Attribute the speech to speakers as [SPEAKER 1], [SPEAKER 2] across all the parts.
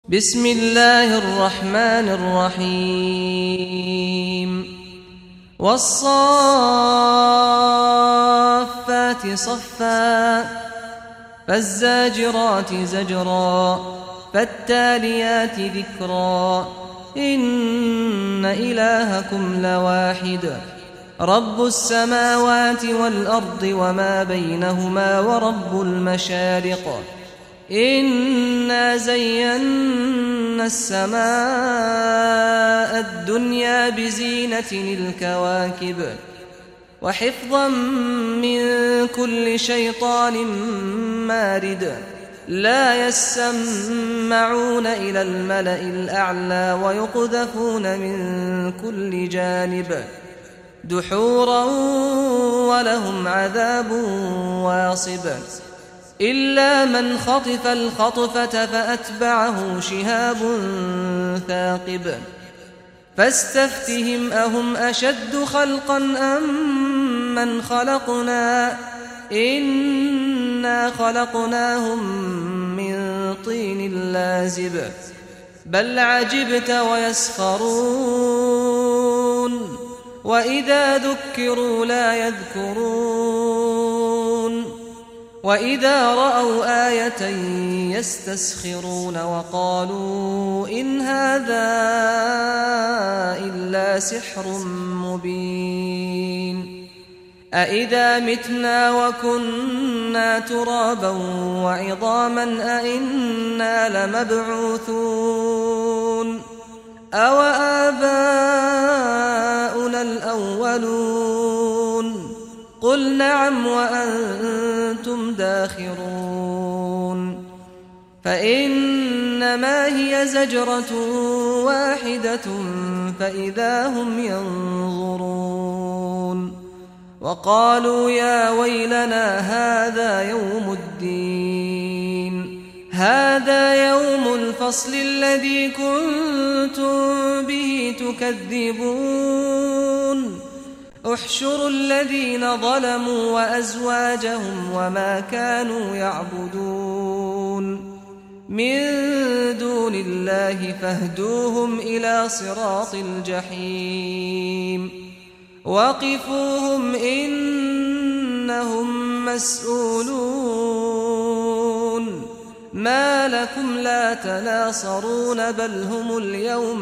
[SPEAKER 1] بسم الله الرحمن الرحيم والصافات صفا فالزاجرات زجرا فالتاليات ذكرا إن إلهكم لواحد رب السماوات والأرض وما بينهما ورب المشارق إنا زينا السماء الدنيا بزينة الكواكب وحفظا من كل شيطان مارد لا يسمعون إلى الملأ الأعلى ويقذفون من كل جانب دحورا ولهم عذاب واصب إلا من خطف الخطفة فأتبعه شهاب ثاقب فاستفتهم أهم أشد خلقا أم من خلقنا إنا خلقناهم من طين لازب بل عجبت ويسخرون وإذا ذكروا لا يذكرون وإذا رأوا آية يستسخرون وقالوا إن هذا إلا سحر مبين أإذا متنا وكنا ترابا وعظاما أإنا لمبعوثون أو آباؤنا الأولون قل نعم وأنتم داخرون فإنما هي زجرة واحدة فإذا هم ينظرون وقالوا يا ويلنا هذا يوم الدين هذا يوم الفصل الذي كنتم به تكذبون احشروا الذين ظلموا وأزواجهم وما كانوا يعبدون من دون الله فاهدوهم إلى صراط الجحيم وقفوهم إنهم مسؤولون ما لكم لا تناصرون بل هم اليوم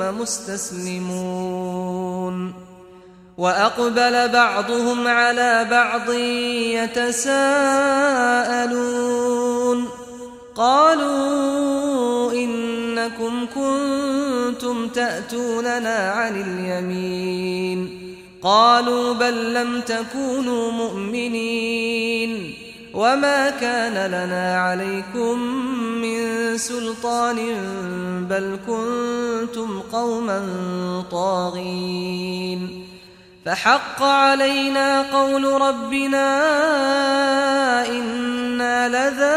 [SPEAKER 1] مستسلمون وأقبل بعضهم على بعض يتساءلون قالوا إنكم كنتم تأتوننا عن اليمين قالوا بل لم تكونوا مؤمنين وما كان لنا عليكم من سلطان بل كنتم قوما طاغين فحق علينا قول ربنا إنا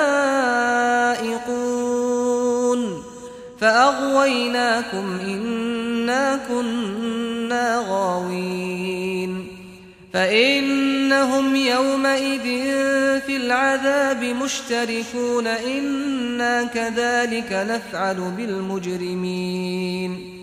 [SPEAKER 1] لذائقون فأغويناكم إنا كنا غاوين فإنهم يومئذ في العذاب مشتركون إنا كذلك نفعل بالمجرمين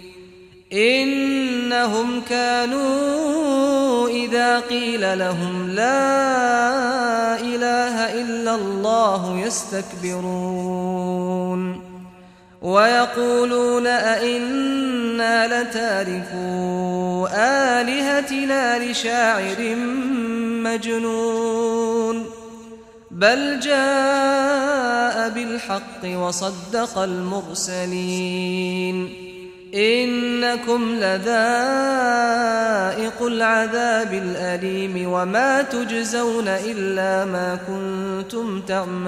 [SPEAKER 1] إنهم كانوا إذا قيل لهم لا إله إلا الله يستكبرون ويقولون أئنا لتاركو آلهتنا لشاعر مجنون بل جاء بالحق وصدق المرسلين إنكم لذائق العذاب الأليم وما تجزون إلا ما كنتم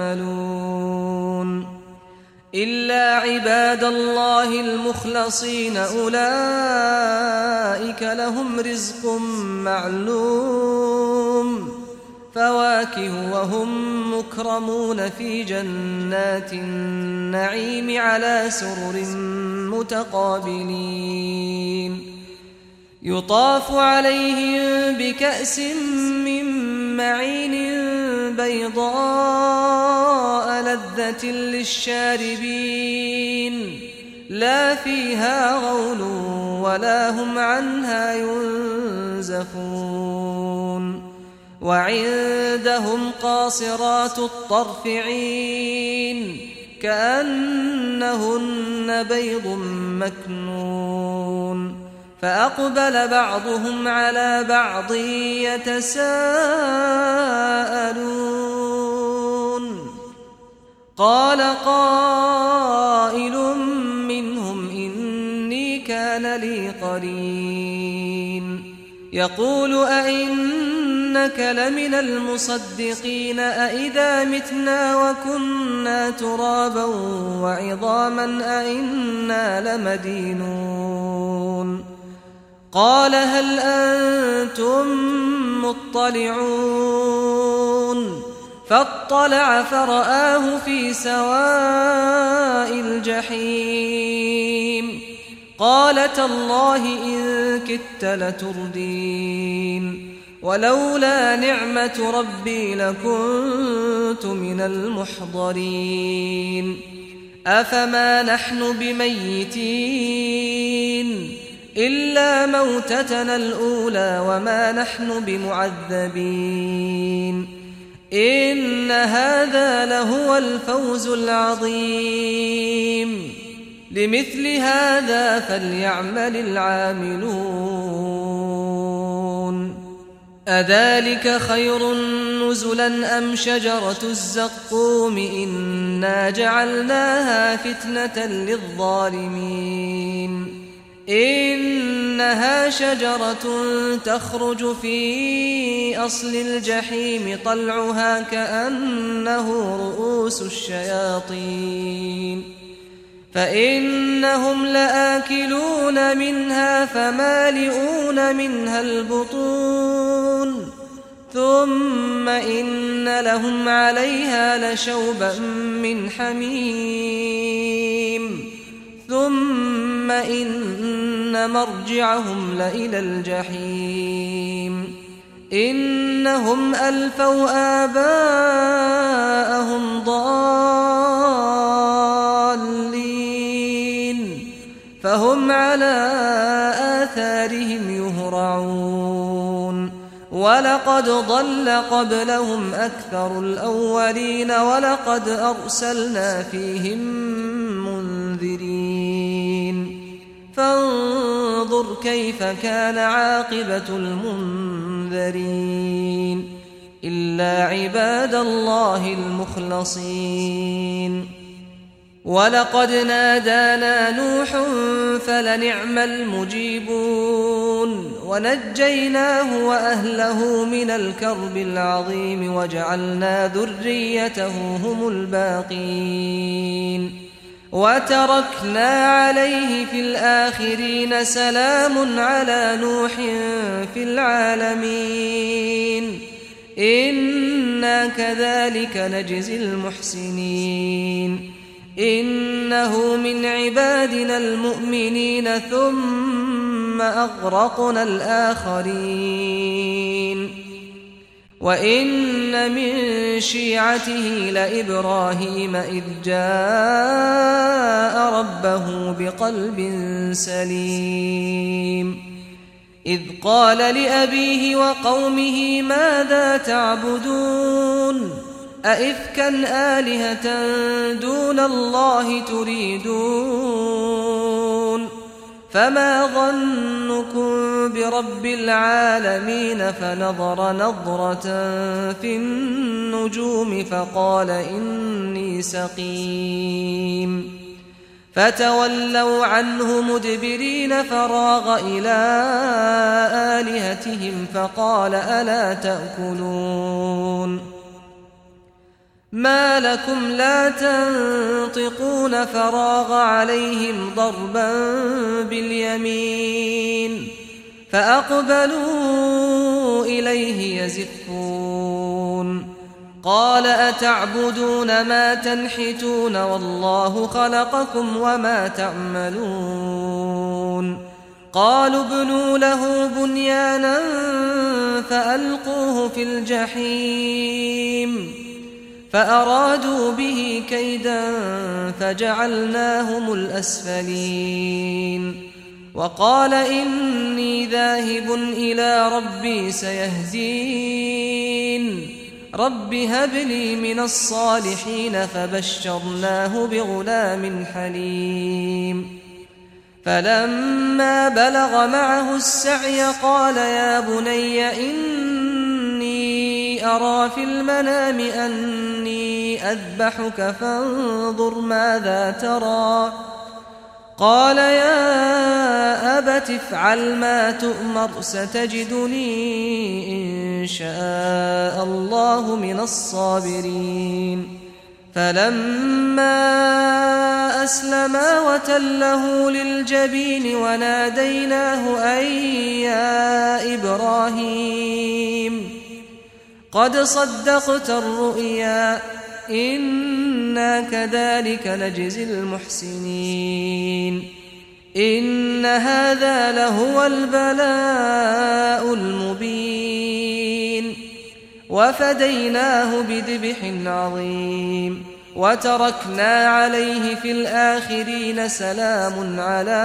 [SPEAKER 1] تعملون إلا عباد الله المخلصين أولئك لهم رزق معلوم فواكه وهم مكرمون في جنات النعيم على سرر متقابلين يطاف عليهم بكأس من معين بيضاء لذة للشاربين لا فيها غول ولا هم عنها ينزفون وعندهم قاصرات الطرف عين كأنهن بيض مكنون فأقبل بعضهم على بعض يتساءلون قال قائل منهم إني كان لي قرين يقول أئنك لمن المصدقين أئذا متنا وكنا ترابا وعظاما أئنا لمدينون قال هل أنتم مطلعون فاطلع فرآه في سواء الجحيم قال تالله إن كدت لتردين ولولا نعمة ربي لكنت من المحضرين أفما نحن بميتين إلا موتتنا الأولى وما نحن بمعذبين إن هذا لهو الفوز العظيم لمثل هذا فليعمل العاملون أذلك خير نزلا أم شجرة الزقوم إنا جعلناها فتنة للظالمين إنها شجرة تخرج في أصل الجحيم طلعها كأنه رؤوس الشياطين فإنهم لآكلون منها فمالئون منها البطون ثم إن لهم عليها لشوبا من حميم ثم إن مرجعهم لإلى الجحيم إنهم ألفوا آباءهم ضالين فهم على آثارهم يهرعون ولقد ضل قبلهم أكثر الأولين ولقد أرسلنا فيهم منذرين فانظر كيف كان عاقبة المنذرين إلا عباد الله المخلصين ولقد نادانا نوح فلنعم المجيبون ونجيناه وأهله من الكرب العظيم وجعلنا ذريته هم الباقين وتركنا عليه في الآخرين سلام على نوح في العالمين إنا كذلك نجزي المحسنين إنه من عبادنا المؤمنين ثم أغرقنا الآخرين وإن من شيعته لإبراهيم إذ جاء ربه بقلب سليم إذ قال لأبيه وقومه ماذا تعبدون أئفكا آلهة دون الله تريدون فما ظنكم برب العالمين فنظر نظرة في النجوم فقال إني سقيم فتولوا عنه مدبرين فراغ إلى آلهتهم فقال ألا تأكلون ما لكم لا تنطقون فراغ عليهم ضربا باليمين فأقبلوا إليه يزفون قال أتعبدون ما تنحتون والله خلقكم وما تعملون قالوا ابنوا له بنيانا فألقوه في الجحيم فأرادوا به كيدا فجعلناهم الأسفلين وقال إني ذاهب إلى ربي سيهدين رب هب لي من الصالحين فبشرناه بغلام حليم فلما بلغ معه السعي قال يا بني إني أرى في المنام أني أذبحك فانظر ماذا ترى قال يا أبت افعل ما تؤمر ستجدني إن شاء الله من الصابرين فلما أسلما وتله للجبين وناديناه أن يا إبراهيم قد صدقت الرؤيا إنا كذلك نجزي المحسنين إن هذا لهو البلاء المبين وفديناه بذبح عظيم وتركنا عليه في الآخرين سلام على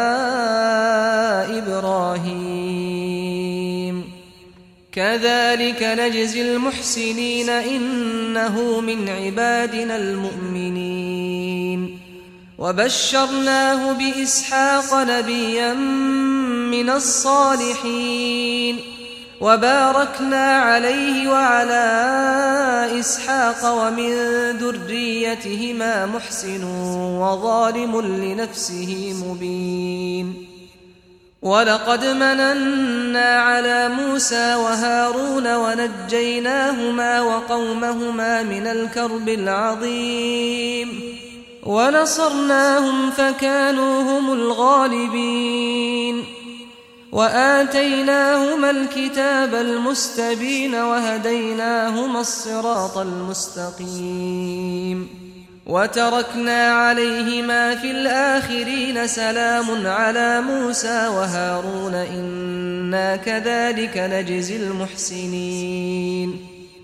[SPEAKER 1] إبراهيم كذلك نجزي المحسنين إنه من عبادنا المؤمنين وبشرناه بإسحاق نبيا من الصالحين وباركنا عليه وعلى إسحاق ومن ذريتهما محسن وظالم لنفسه مبين ولقد مننا على موسى وهارون ونجيناهما وقومهما من الكرب العظيم ونصرناهم فكانوا هم الغالبين وآتيناهما الكتاب المستبين وهديناهما الصراط المستقيم وتركنا عليهما في الآخرين سلام على موسى وهارون إنا كذلك نجزي المحسنين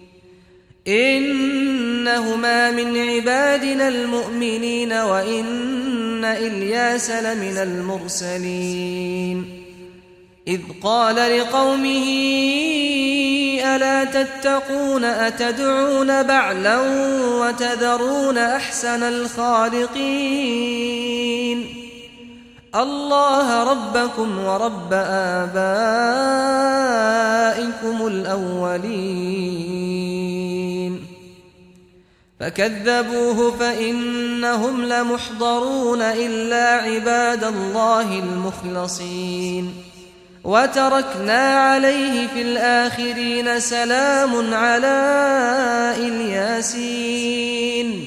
[SPEAKER 1] إنهما من عبادنا المؤمنين وإن إلياس لمن المرسلين إذ قال لقومه ألا تتقون أتدعون بعلا وتذرون أحسن الخالقين الله ربكم ورب آبائكم الأولين فكذبوه فإنهم لمحضرون إلا عباد الله المخلصين وتركنا عليه في الآخرين سلام على الياسين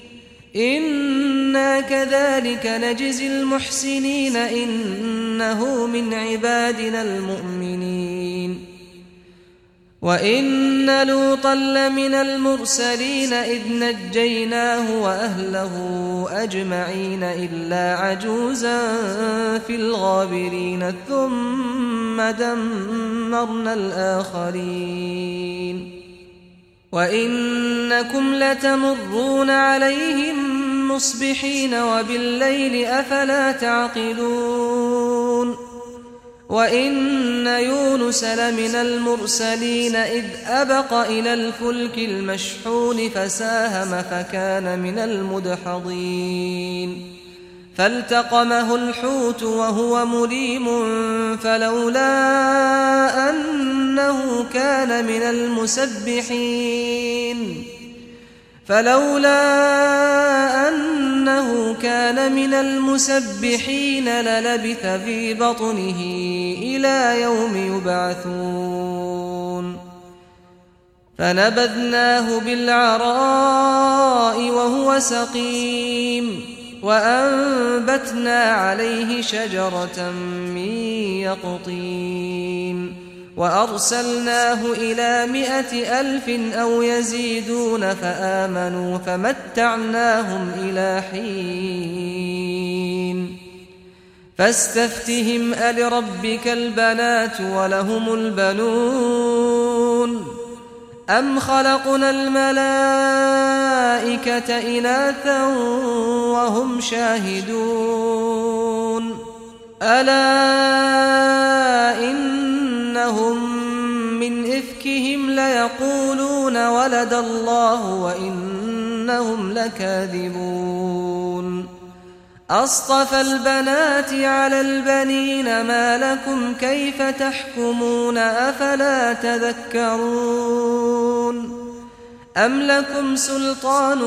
[SPEAKER 1] إنا كذلك نجزي المحسنين إنه من عبادنا المؤمنين وإن لوطا لمن المرسلين إذ نجيناه وأهله أجمعين إلا عجوزا في الغابرين ثم دمرنا الآخرين وإنكم لتمرون عليهم مصبحين وبالليل أفلا تعقلون وإن يونس لمن المرسلين إذ أبق إلى الفلك المشحون فساهم فكان من المدحضين فالتقمه الحوت وهو مليم فلولا أنه كان من المسبحين للبث في بطنه إلى يوم يبعثون فنبذناه بالعراء وهو سقيم وأنبتنا عليه شجرة من يقطين وأرسلناه إلى 100,000 أو يزيدون فآمنوا فمتعناهم إلى حين فاستفتهم ألربك البنات ولهم البنون أم خلقنا الملائكة الملائكة إناثا وهم شاهدون ألا إنهم من إفكهم ليقولون ولد الله وإنهم لكاذبون أصطفى البنات على البنين ما لكم كيف تحكمون أفلا تذكرون أم لكم سلطان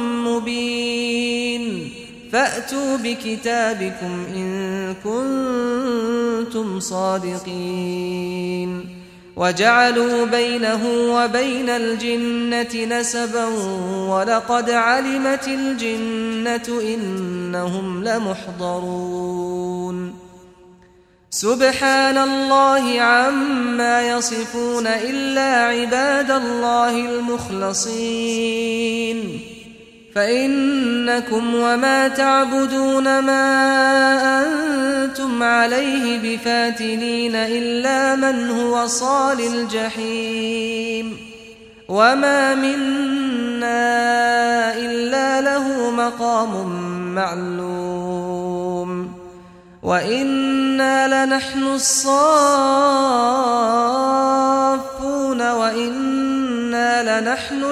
[SPEAKER 1] مبين فأتوا بكتابكم إن كنتم صادقين وجعلوا بينه وبين الجنة نسبا ولقد علمت الجنة إنهم لمحضرون سبحان الله عما يصفون إلا عباد الله المخلصين فإنكم وما تعبدون ما أنتم عليه بفاتنين إلا من هو صال الجحيم وما منا إلا له مقام معلوم وإنا لنحن الصافون وإنا لنحن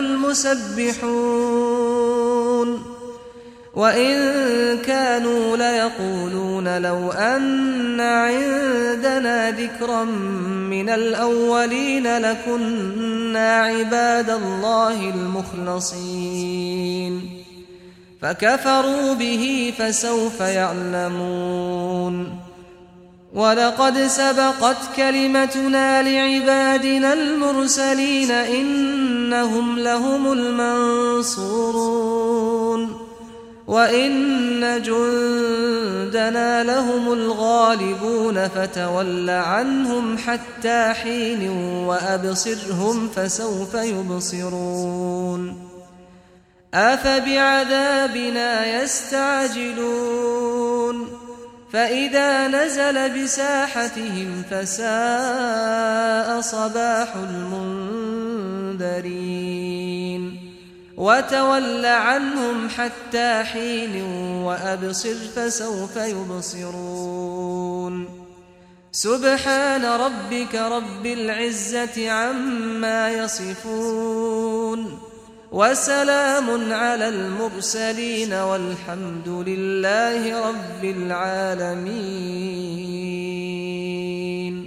[SPEAKER 1] المسبحون وإن كانوا ليقولون لو أن عندنا ذكرا من الأولين لكنا عباد الله المخلصين فكفروا به فسوف يعلمون ولقد سبقت كلمتنا لعبادنا المرسلين إنهم لهم المنصورون وإن جندنا لهم الغالبون فتول عنهم حتى حين وأبصرهم فسوف يبصرون أفبعذابنا يستعجلون فإذا نزل بساحتهم فساء صباح المنذرين وتول عنهم حتى حين وأبصر فسوف يبصرون سبحان ربك رب العزة عما يصفون وسلام على المرسلين والحمد لله رب العالمين.